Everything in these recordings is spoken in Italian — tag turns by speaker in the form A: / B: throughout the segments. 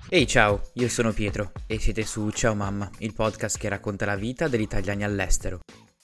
A: Ehi ciao, io sono Pietro e siete su Ciao Mamma, il podcast che racconta la vita degli italiani all'estero.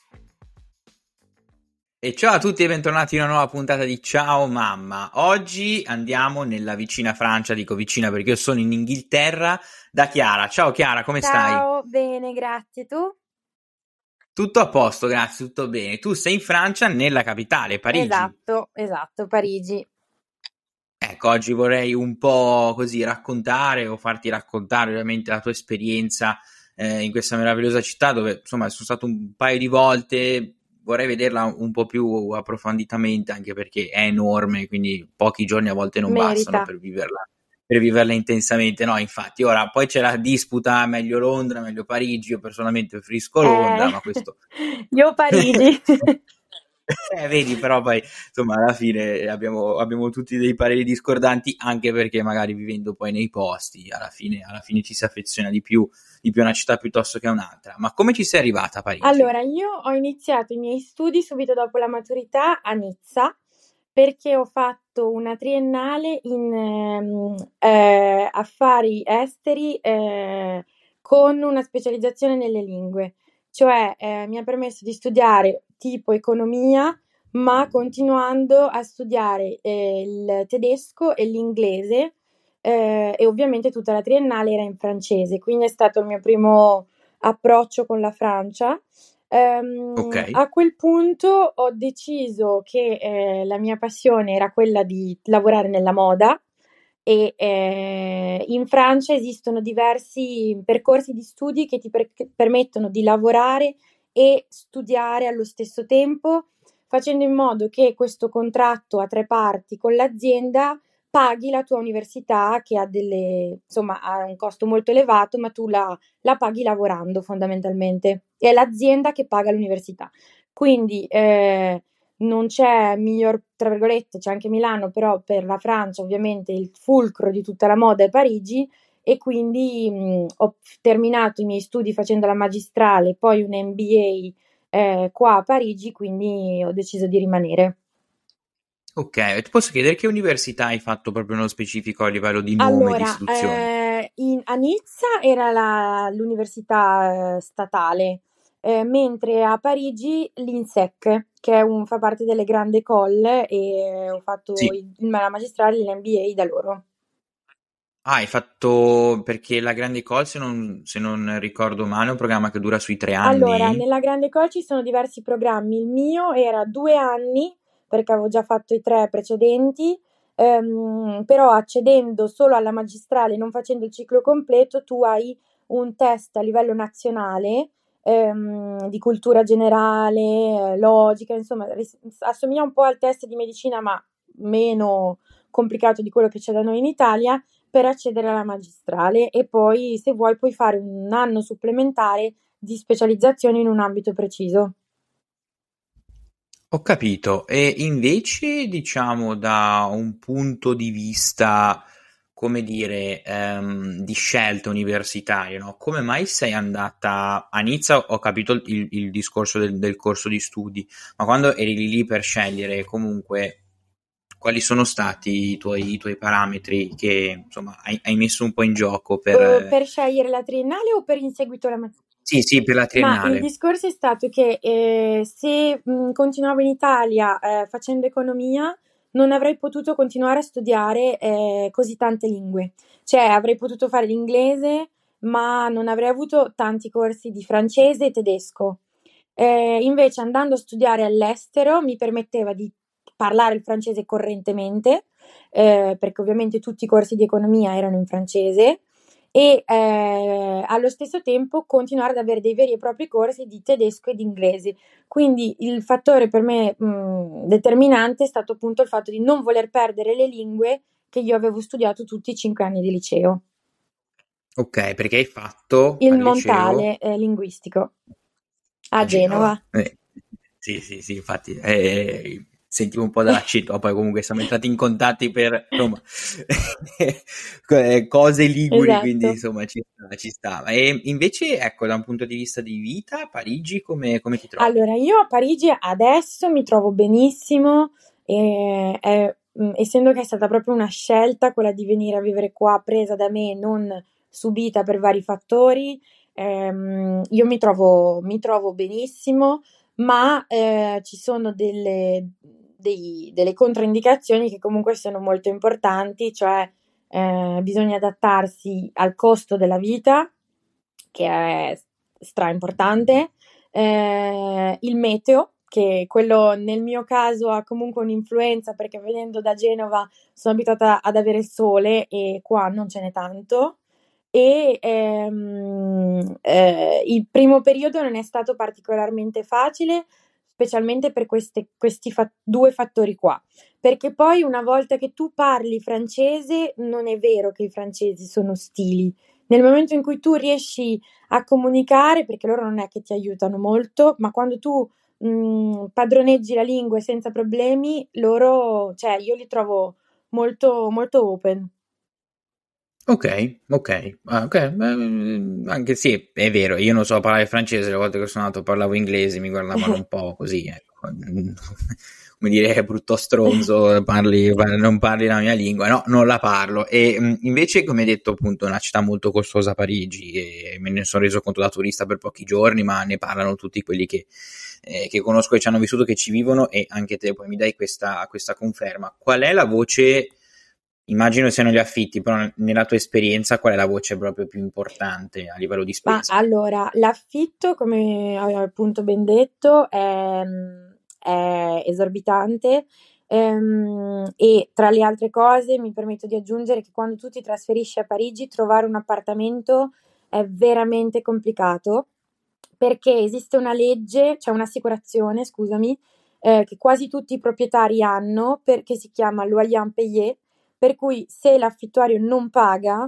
A: E ciao a tutti e bentornati in una nuova puntata di Ciao Mamma. Oggi andiamo nella vicina Francia, dico vicina perché io sono in Inghilterra, da Chiara. Ciao Chiara, come stai?
B: Ciao, bene, grazie. Tu?
A: Tutto a posto, grazie, tutto bene. Tu sei in Francia, nella capitale, Parigi.
B: Esatto, Parigi.
A: Ecco, oggi vorrei un po' così raccontare o farti raccontare ovviamente la tua esperienza in questa meravigliosa città dove insomma sono stato un paio di volte, vorrei vederla un po' più approfonditamente anche perché è enorme, quindi pochi giorni a volte non bastano
B: Merita.
A: per viverla intensamente, no? Infatti, ora poi c'è la disputa meglio Londra, meglio Parigi, io personalmente preferisco Londra, ma questo
B: Io Parigi.
A: vedi, però poi insomma alla fine abbiamo tutti dei pareri discordanti, anche perché magari vivendo poi nei posti, alla fine ci si affeziona di più a una città piuttosto che a un'altra. Ma come ci sei arrivata a Parigi?
B: Allora, io ho iniziato i miei studi subito dopo la maturità a Nizza perché ho fatto una triennale in affari esteri con una specializzazione nelle lingue, cioè mi ha permesso di studiare tipo economia, ma continuando a studiare il tedesco e l'inglese e ovviamente tutta la triennale era in francese, quindi è stato il mio primo approccio con la Francia.
A: Ok,
B: A quel punto ho deciso che la mia passione era quella di lavorare nella moda e in Francia esistono diversi percorsi di studi che che permettono di lavorare e studiare allo stesso tempo, facendo in modo che questo contratto a tre parti con l'azienda paghi la tua università che ha insomma, ha un costo molto elevato, ma tu la paghi lavorando fondamentalmente. È l'azienda che paga l'università. Quindi non c'è miglior, tra virgolette, c'è anche Milano, però per la Francia ovviamente il fulcro di tutta la moda è Parigi e quindi ho terminato i miei studi facendo la magistrale, poi un MBA qua a Parigi, quindi ho deciso di rimanere.
A: ok. E ti posso chiedere che università hai fatto proprio nello specifico a livello di nome, di
B: Allora,
A: istituzione?
B: a Nizza era l'università statale, mentre a Parigi l'INSEC, che fa parte delle grandi école e ho fatto
A: Sì.
B: la magistrale e l'MBA da loro.
A: Ah, hai fatto perché la Grande École, se non ricordo male, è un programma che dura sui 3 anni.
B: Allora, nella grande école ci sono diversi programmi. Il mio era 2 anni, perché avevo già fatto i tre precedenti, però accedendo solo alla magistrale, non facendo il ciclo completo, tu hai un test a livello nazionale, di cultura generale, logica, insomma, assomiglia un po' al test di medicina, ma meno complicato di quello che c'è da noi in Italia, per accedere alla magistrale e poi, se vuoi, puoi fare un anno supplementare di specializzazione in un ambito preciso.
A: Ho capito. E invece, diciamo, da un punto di vista, come dire, di scelta universitaria, no? Come mai sei andata a Nizza? Ho capito il discorso del corso di studi, ma quando eri lì per scegliere, comunque, quali sono stati i tuoi parametri che, insomma, hai messo un po' in gioco per...
B: Per scegliere la triennale o per in seguito la magistrale?
A: Sì, sì, per la
B: Ma il
A: triennale.
B: discorso è stato che se continuavo in Italia facendo economia, non avrei potuto continuare a studiare così tante lingue. Cioè, avrei potuto fare l'inglese, ma non avrei avuto tanti corsi di francese e tedesco. Invece, andando a studiare all'estero, mi permetteva di parlare il francese correntemente, perché ovviamente tutti i corsi di economia erano in francese e allo stesso tempo continuare ad avere dei veri e propri corsi di tedesco e di inglese. Quindi il fattore per me determinante è stato appunto il fatto di non voler perdere le lingue che io avevo studiato tutti i 5 anni di liceo.
A: Ok, perché hai fatto
B: Il
A: al liceo
B: Montale linguistico a
A: a Genova.
B: Genova.
A: Sì, sì, sì, infatti sentivo un po' dall'accento, ma poi comunque siamo entrati in contatti per, insomma, cose liguri, quindi
B: Esatto.
A: insomma ci sta, ci sta. E invece, ecco, da un punto di vista di vita, Parigi, come ti trovi?
B: Allora, io a Parigi adesso mi trovo benissimo, è essendo che è stata proprio una scelta quella di venire a vivere qua, presa da me, non subita per vari fattori, io mi trovo benissimo, ma ci sono delle controindicazioni che comunque sono molto importanti, cioè bisogna adattarsi al costo della vita, che è stra importante, il meteo, che quello nel mio caso ha comunque un'influenza perché venendo da Genova sono abituata ad avere il sole e qua non ce n'è tanto. E il primo periodo non è stato particolarmente facile, specialmente per questi due fattori qua. Perché poi una volta che tu parli francese, non è vero che i francesi sono ostili. Nel momento in cui tu riesci a comunicare, perché loro non è che ti aiutano molto, ma quando tu padroneggi la lingua senza problemi, loro, cioè io li trovo molto, molto open.
A: Ok, ok, ok, anche sì, è vero, io non so parlare francese, le volte che sono andato parlavo inglese, mi guardavano un po' così, ecco. Come dire, brutto stronzo, non parli la mia lingua, no, non la parlo. E invece, come hai detto, appunto, è una città molto costosa, Parigi, e me ne sono reso conto da turista per pochi giorni, ma ne parlano tutti quelli che conosco e ci hanno vissuto, che ci vivono, e anche te poi mi dai questa conferma. Qual è la voce? Immagino siano gli affitti, però nella tua esperienza qual è la voce proprio più importante a livello di
B: Ma
A: spesa?
B: allora, l'affitto, come avevo appunto ben detto, è esorbitante, e tra le altre cose mi permetto di aggiungere che quando tu ti trasferisci a Parigi trovare un appartamento è veramente complicato perché esiste una legge, cioè un'assicurazione, scusami, che quasi tutti i proprietari hanno, che si chiama loyer impayé, per cui se l'affittuario non paga,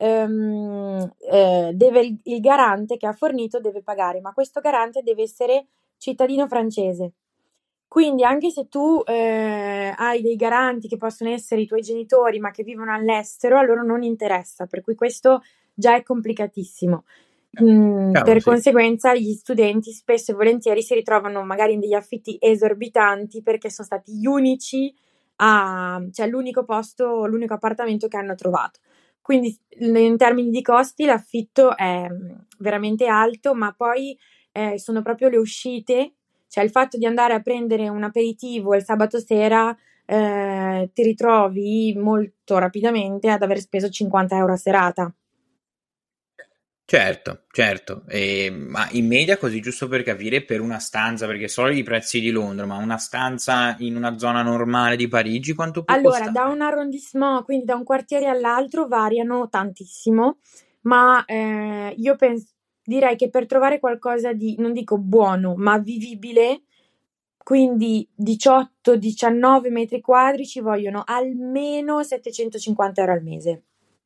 B: il garante che ha fornito deve pagare, ma questo garante deve essere cittadino francese. Quindi anche se tu hai dei garanti che possono essere i tuoi genitori, ma che vivono all'estero, a loro non interessa, per cui questo già è complicatissimo.
A: Cavolo,
B: Per
A: sì.
B: conseguenza, gli studenti spesso e volentieri si ritrovano magari in degli affitti esorbitanti perché sono stati gli unici cioè l'unico posto, l'unico appartamento che hanno trovato. Quindi in termini di costi l'affitto è veramente alto, ma poi sono proprio le uscite, cioè il fatto di andare a prendere un aperitivo il sabato sera, ti ritrovi molto rapidamente ad aver speso 50 euro a serata.
A: Certo, certo. Ma in media, così giusto per capire, per una stanza, perché so i prezzi di Londra, ma una stanza in una zona normale di Parigi quanto può
B: Allora, da
A: costare?
B: un arrondissement, quindi da un quartiere all'altro, variano tantissimo, ma io direi che per trovare qualcosa di, non dico buono, ma vivibile, quindi 18-19 metri quadri, ci vogliono almeno 750 euro al mese,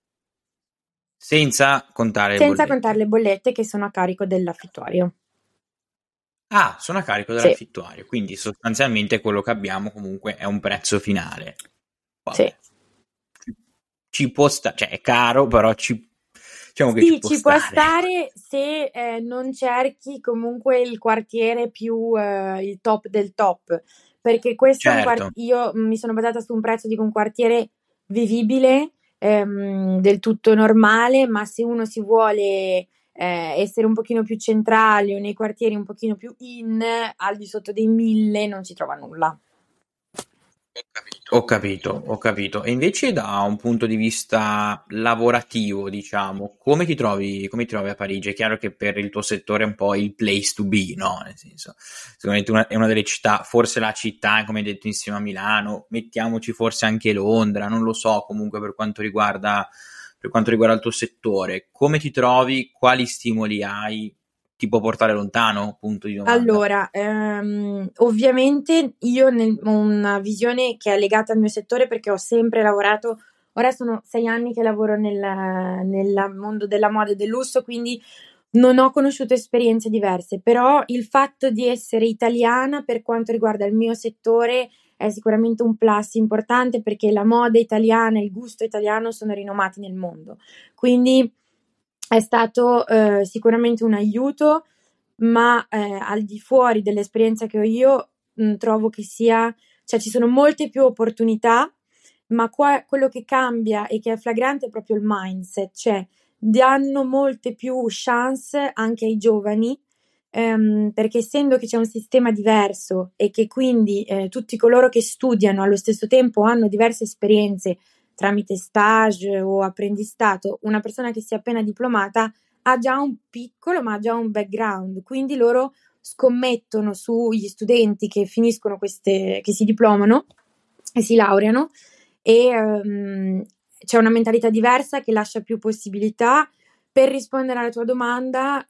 A: Senza contare le
B: senza contare
A: bollette.
B: le bollette che sono a carico dell'affittuario.
A: Ah, sono a carico
B: Sì,
A: dell'affittuario, quindi sostanzialmente quello che abbiamo comunque è un prezzo finale.
B: sì.
A: Vabbè, ci può stare, cioè è caro, però diciamo che ci
B: Sì,
A: può
B: ci può
A: stare, ecco.
B: stare se non cerchi comunque il quartiere più il top del top, perché questo è
A: Certo.
B: io mi sono basata su un prezzo di un quartiere vivibile, del tutto normale, ma se uno si vuole essere un pochino più centrale o nei quartieri un pochino più in, al di sotto dei 1000 non si trova nulla.
A: Ho capito, ho capito. E invece da un punto di vista lavorativo, diciamo, come ti trovi a Parigi? È chiaro che per il tuo settore è un po' il place to be, no? Nel senso, sicuramente è una delle città, forse la città, come hai detto, insieme a Milano, mettiamoci forse anche Londra, non lo so, comunque per quanto riguarda il tuo settore. Come ti trovi? Quali stimoli hai? Ti può portare lontano? Punto di domanda.
B: Allora, ovviamente io ho una visione che è legata al mio settore perché ho sempre lavorato, ora sono 6 anni che lavoro nel mondo della moda e del lusso, quindi non ho conosciuto esperienze diverse, però il fatto di essere italiana per quanto riguarda il mio settore è sicuramente un plus importante perché la moda italiana e il gusto italiano sono rinomati nel mondo. Quindi è stato sicuramente un aiuto, ma al di fuori dell'esperienza che ho io, trovo che sia, cioè ci sono molte più opportunità ma qua quello che cambia e che è flagrante è proprio il mindset, cioè danno molte più chance anche ai giovani, perché essendo che c'è un sistema diverso e che quindi tutti coloro che studiano allo stesso tempo hanno diverse esperienze tramite stage o apprendistato, una persona che si è appena diplomata ha già un piccolo, ma ha già un background, quindi loro scommettono sugli studenti che finiscono che si diplomano e si laureano e c'è una mentalità diversa che lascia più possibilità. Per rispondere alla tua domanda,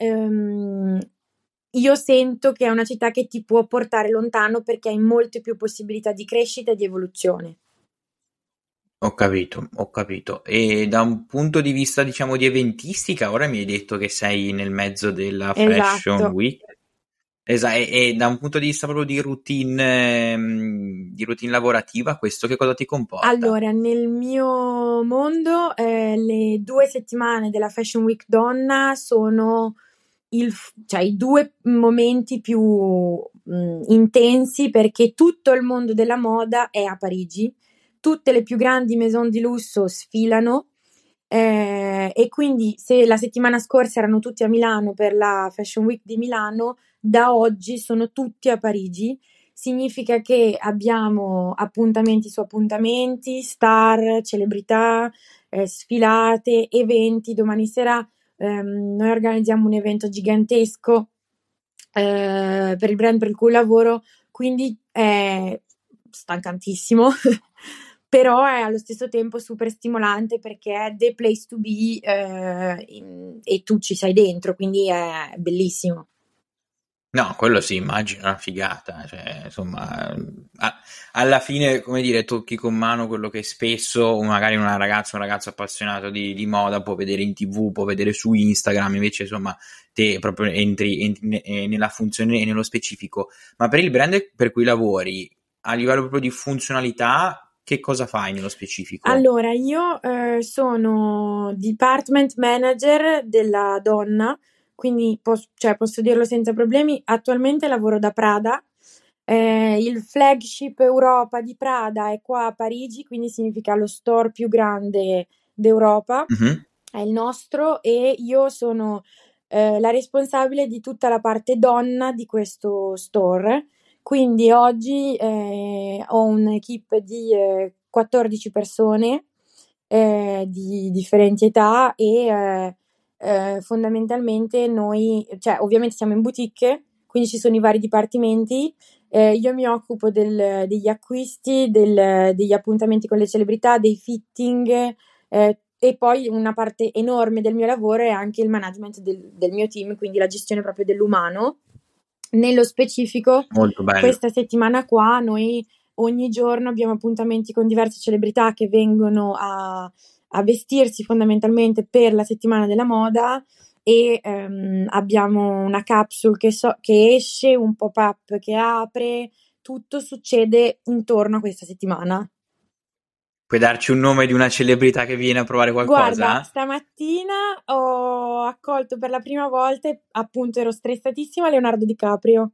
B: io sento che è una città che ti può portare lontano perché hai molte più possibilità di crescita e di evoluzione.
A: Ho capito, ho capito. E da un punto di vista, diciamo, di eventistica, ora mi hai detto che sei nel mezzo della Fashion
B: Esatto.
A: Week. E da un punto di vista proprio di routine lavorativa, questo che cosa ti comporta?
B: Allora, nel mio mondo, le 2 settimane della Fashion Week donna sono cioè i 2 momenti più, intensi perché tutto il mondo della moda è a Parigi, tutte le più grandi maison di lusso sfilano, e quindi se la settimana scorsa erano tutti a Milano per la Fashion Week di Milano, da oggi sono tutti a Parigi. Significa che abbiamo appuntamenti su appuntamenti, star, celebrità, sfilate, eventi. Domani sera noi organizziamo un evento gigantesco per il brand per cui lavoro, quindi è stancantissimo, però è allo stesso tempo super stimolante perché è the place to be e tu ci sei dentro, quindi è bellissimo.
A: No, quello sì, immagino, una figata, cioè, insomma, alla fine, come dire, tocchi con mano quello che spesso magari una ragazza, un ragazzo appassionato di moda può vedere in TV, può vedere su Instagram, invece, insomma, te proprio entri nella funzione e nello specifico. Ma per il brand per cui lavori, a livello proprio di funzionalità, che cosa fai nello specifico?
B: Allora, io sono department manager della donna, quindi cioè, posso dirlo senza problemi. Attualmente lavoro da Prada. Il flagship Europa di Prada è qua a Parigi, quindi significa lo store più grande d'Europa,
A: Mhm.
B: è il nostro, e io sono la responsabile di tutta la parte donna di questo store. Quindi oggi ho un'equipe di 14 persone di differenti età e fondamentalmente noi, cioè ovviamente siamo in boutique, quindi ci sono i vari dipartimenti. Io mi occupo degli acquisti, degli appuntamenti con le celebrità, dei fitting, e poi una parte enorme del mio lavoro è anche il management del mio team, quindi la gestione proprio dell'umano. Nello specifico,
A: Molto bello.
B: questa settimana qua noi ogni giorno abbiamo appuntamenti con diverse celebrità che vengono a vestirsi fondamentalmente per la settimana della moda e abbiamo una capsule che esce, un pop-up che apre, tutto succede intorno a questa settimana.
A: Puoi darci un nome di una celebrità che viene a provare
B: Guarda,
A: qualcosa?
B: stamattina ho accolto per la prima volta, e appunto ero stressatissima, Leonardo DiCaprio.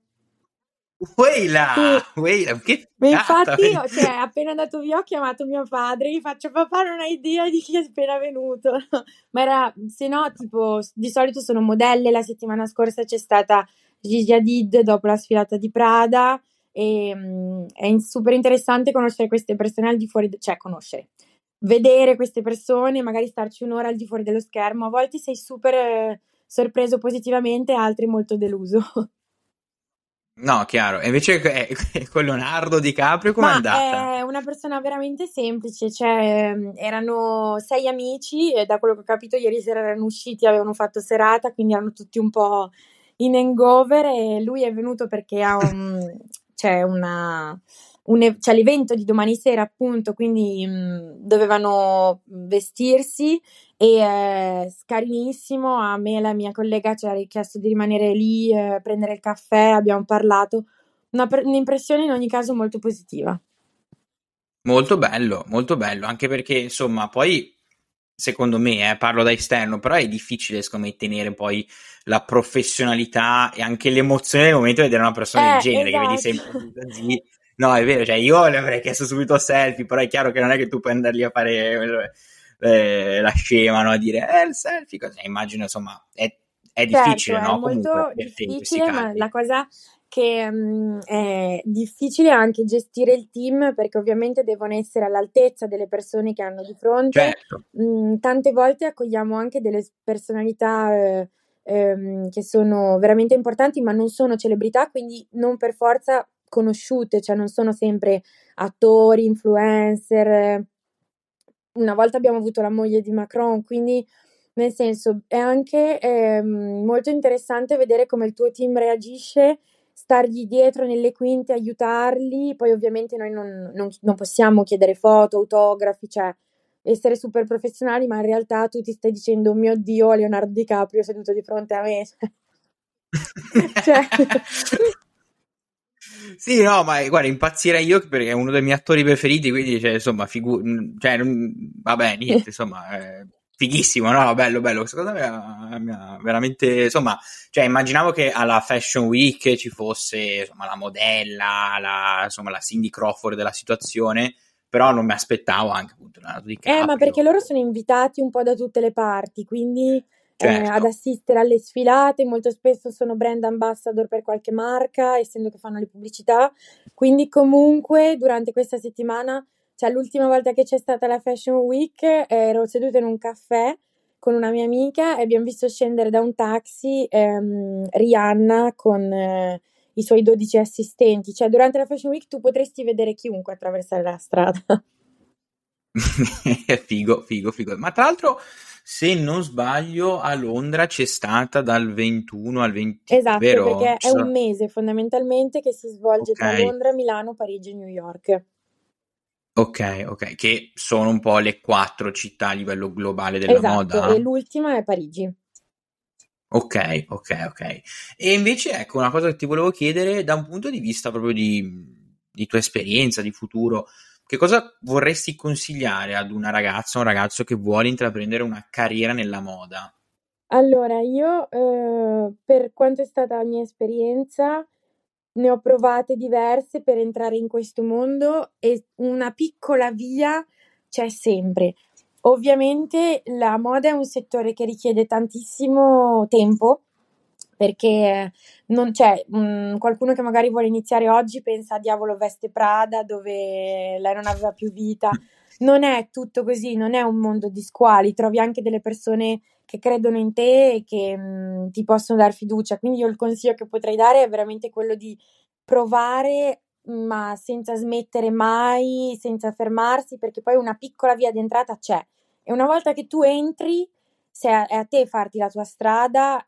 A: Weila!
B: Sì,
A: Weila, che
B: ma
A: figata!
B: infatti, cioè, appena andato via ho chiamato mio padre, gli faccio papà non hai idea di chi è appena venuto. Ma era, se no, tipo, di solito sono modelle, la settimana scorsa c'è stata Gigi Hadid dopo la sfilata di Prada e super interessante conoscere queste persone al di fuori, cioè conoscere, vedere queste persone, magari starci un'ora al di fuori dello schermo, a volte sei super sorpreso positivamente, altri molto deluso.
A: No, chiaro. E invece con Leonardo DiCaprio com'è
B: Ma
A: andata?
B: è una persona veramente semplice, cioè erano 6 amici e da quello che ho capito ieri sera erano usciti, avevano fatto serata, quindi erano tutti un po' in hangover e lui è venuto perché c'è c'è l'evento di domani sera appunto, quindi dovevano vestirsi e è carinissimo, a me e la mia collega ci ha richiesto di rimanere lì, prendere il caffè, abbiamo parlato. Un'impressione in ogni caso molto positiva.
A: Molto bello, anche perché, insomma, poi, secondo me, parlo da esterno, però è difficile, secondo me, tenere poi la professionalità e anche l'emozione nel momento di vedere una persona del genere, che vedi
B: Esatto.
A: sempre così. No, è vero, cioè io le avrei chiesto subito selfie, però è chiaro che non è che tu puoi andarli a fare la scema, no? A dire, il selfie, cosa? Immagino, insomma, è
B: Certo,
A: difficile,
B: è
A: no? Comunque,
B: molto
A: per te in questi
B: difficile, ma
A: casi.
B: la cosa che è difficile è anche gestire il team perché ovviamente devono essere all'altezza delle persone che hanno di fronte.
A: Certo,
B: Tante volte accogliamo anche delle personalità che sono veramente importanti, ma non sono celebrità, quindi non per forza conosciute, cioè non sono sempre attori, influencer. Una volta abbiamo avuto la moglie di Macron, quindi nel senso è anche molto interessante vedere come il tuo team reagisce, stargli dietro nelle quinte, aiutarli. Poi ovviamente noi non possiamo chiedere foto, autografi, cioè essere super professionali, ma in realtà tu ti stai dicendo, mio Dio, Leonardo DiCaprio seduto di fronte a me. Cioè,
A: sì, no, ma guarda, impazzirei io perché è uno dei miei attori preferiti, quindi, cioè, insomma, cioè, vabbè, niente, insomma, fighissimo, no? Bello, bello, questa cosa mi ha veramente, insomma, cioè, immaginavo che alla Fashion Week ci fosse, insomma, la modella, insomma, la Cindy Crawford della situazione, però non mi aspettavo anche, appunto, Leonardo
B: ma perché loro
A: DiCaprio,
B: sono invitati un po' da tutte le parti, quindi ad
A: certo.
B: assistere alle sfilate, molto spesso sono brand ambassador per qualche marca, essendo che fanno le pubblicità. Quindi comunque durante questa settimana, cioè l'ultima volta che c'è stata la Fashion Week, ero seduta in un caffè con una mia amica e abbiamo visto scendere da un taxi Rihanna con i suoi 12 assistenti. Cioè durante la Fashion Week tu potresti vedere chiunque attraversare la strada.
A: Figo, figo, figo. Ma tra l'altro, se non sbaglio, a Londra c'è stata dal 21 al 23,
B: Esatto,
A: vero?
B: perché è un mese fondamentalmente che si svolge
A: Ok,
B: tra Londra, Milano, Parigi e New York.
A: ok, ok, che sono un po' le quattro città a livello globale della
B: Esatto, e
A: moda.
B: l'ultima è Parigi.
A: Ok, ok, ok. E invece, ecco, una cosa che ti volevo chiedere, da un punto di vista proprio di tua esperienza, di futuro, che cosa vorresti consigliare ad una ragazza o un ragazzo che vuole intraprendere una carriera nella moda?
B: Allora, io per quanto è stata la mia esperienza, ne ho provate diverse per entrare in questo mondo e una piccola via c'è sempre. Ovviamente la moda è un settore che richiede tantissimo tempo perché non c'è qualcuno che magari vuole iniziare oggi pensa diavolo veste Prada dove lei non aveva più vita. Non è tutto così, non è un mondo di squali, trovi anche delle persone che credono in te e che ti possono dar fiducia. Quindi io il consiglio che potrei dare è veramente quello di provare, ma senza smettere mai, senza fermarsi, perché poi una piccola via d'entrata c'è. E una volta che tu entri, se è a te farti la tua strada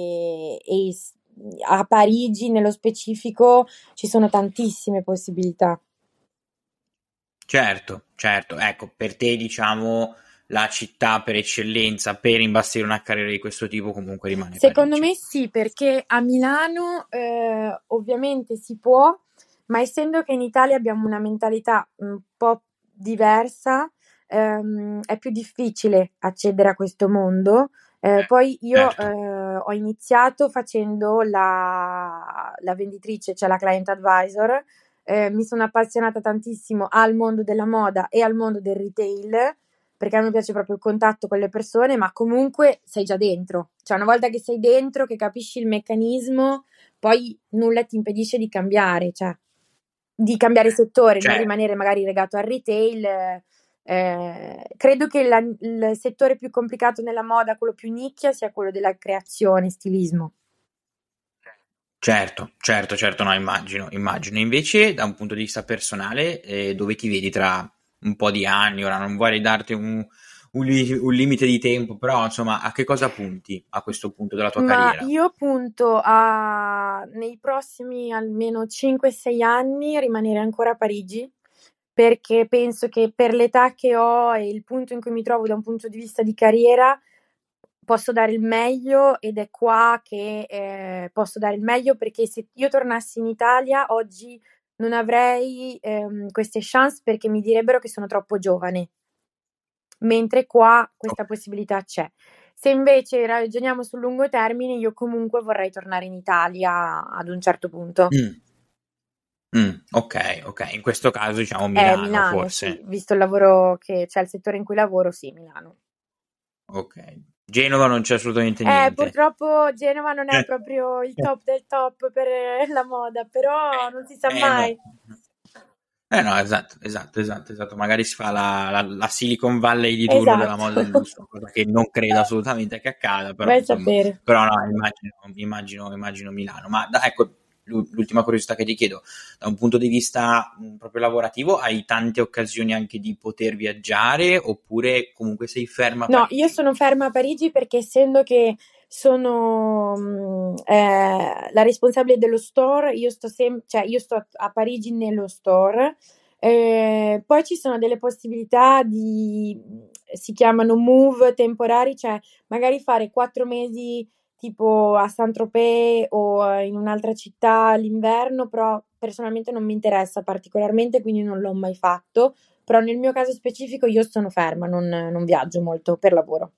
B: a Parigi nello specifico ci sono tantissime possibilità.
A: Certo, certo. Ecco, per te, diciamo, la città per eccellenza per imbastire una carriera di questo tipo comunque rimane
B: Secondo
A: Parigi.
B: me sì, perché a Milano ovviamente si può, ma essendo che in Italia abbiamo una mentalità un po' diversa, è più difficile accedere a questo mondo. Poi io
A: Certo,
B: ho iniziato facendo la venditrice, cioè la client advisor. Mi sono appassionata tantissimo al mondo della moda e al mondo del retail perché a me piace proprio il contatto con le persone, ma comunque sei già dentro. Cioè, una volta che sei dentro, che capisci il meccanismo, poi nulla ti impedisce di cambiare, cioè di cambiare settore, non
A: certo.
B: rimanere magari legato al retail. Credo che il settore più complicato nella moda, quello più nicchia, sia quello della creazione, stilismo.
A: Certo, certo, certo, no, immagino, immagino. Invece, da un punto di vista personale, dove ti vedi tra un po' di anni? Ora non vorrei darti un limite di tempo, però insomma, a che cosa punti a questo punto della tua
B: Ma
A: carriera?
B: io punto a nei prossimi almeno 5-6 anni rimanere ancora a Parigi, perché penso che per l'età che ho e il punto in cui mi trovo da un punto di vista di carriera posso dare il meglio ed è qua che posso dare il meglio perché se io tornassi in Italia oggi non avrei queste chance perché mi direbbero che sono troppo giovane mentre qua questa possibilità c'è. Se invece ragioniamo sul lungo termine, io comunque vorrei tornare in Italia ad un certo punto.
A: Mm. Ok, in questo caso diciamo Milano
B: Milano, sì,
A: forse.
B: visto il lavoro che c'è, il settore in cui lavoro, sì, Milano.
A: Ok, Genova non c'è assolutamente niente.
B: Purtroppo Genova non è proprio il top del top per la moda, però non si sa
A: No.
B: mai.
A: No, esatto. Magari si fa la Silicon Valley di turno della moda e del
B: Esatto,
A: lusso, cosa che non credo assolutamente che accada, però
B: vai a
A: insomma,
B: sapere.
A: però no, immagino Milano. Ma ecco, l'ultima curiosità che ti chiedo, da un punto di vista proprio lavorativo, hai tante occasioni anche di poter viaggiare oppure comunque sei ferma a
B: No, io
A: Parigi?
B: sono ferma a Parigi perché essendo che sono la responsabile dello store, io sto a Parigi nello store. Poi ci sono delle possibilità si chiamano move temporari, cioè magari fare 4 mesi tipo a Saint-Tropez o in un'altra città l'inverno, però personalmente non mi interessa particolarmente, quindi non l'ho mai fatto. Però nel mio caso specifico io sono ferma, non viaggio molto per lavoro.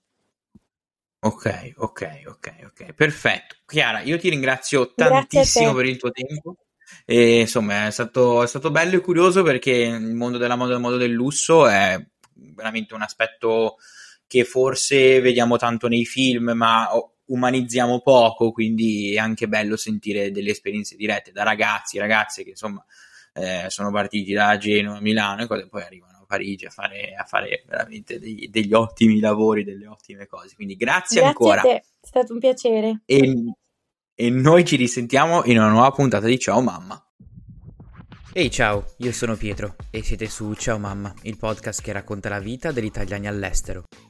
A: Ok, perfetto. Chiara, io ti ringrazio
B: Grazie a
A: tantissimo
B: te.
A: per il tuo tempo e insomma è stato bello e curioso perché il mondo della moda e il mondo del lusso è veramente un aspetto che forse vediamo tanto nei film, ma umanizziamo poco, quindi è anche bello sentire delle esperienze dirette da ragazzi, ragazze che insomma sono partiti da Genova, Milano e cose, poi arrivano a Parigi a fare veramente degli ottimi lavori, delle ottime cose. Quindi grazie
B: Grazie a
A: ancora
B: te, è stato un piacere.
A: e noi ci risentiamo in una nuova puntata di Ciao Mamma.
C: Ehi ciao, io sono Pietro e siete su Ciao Mamma, il podcast che racconta la vita degli italiani all'estero.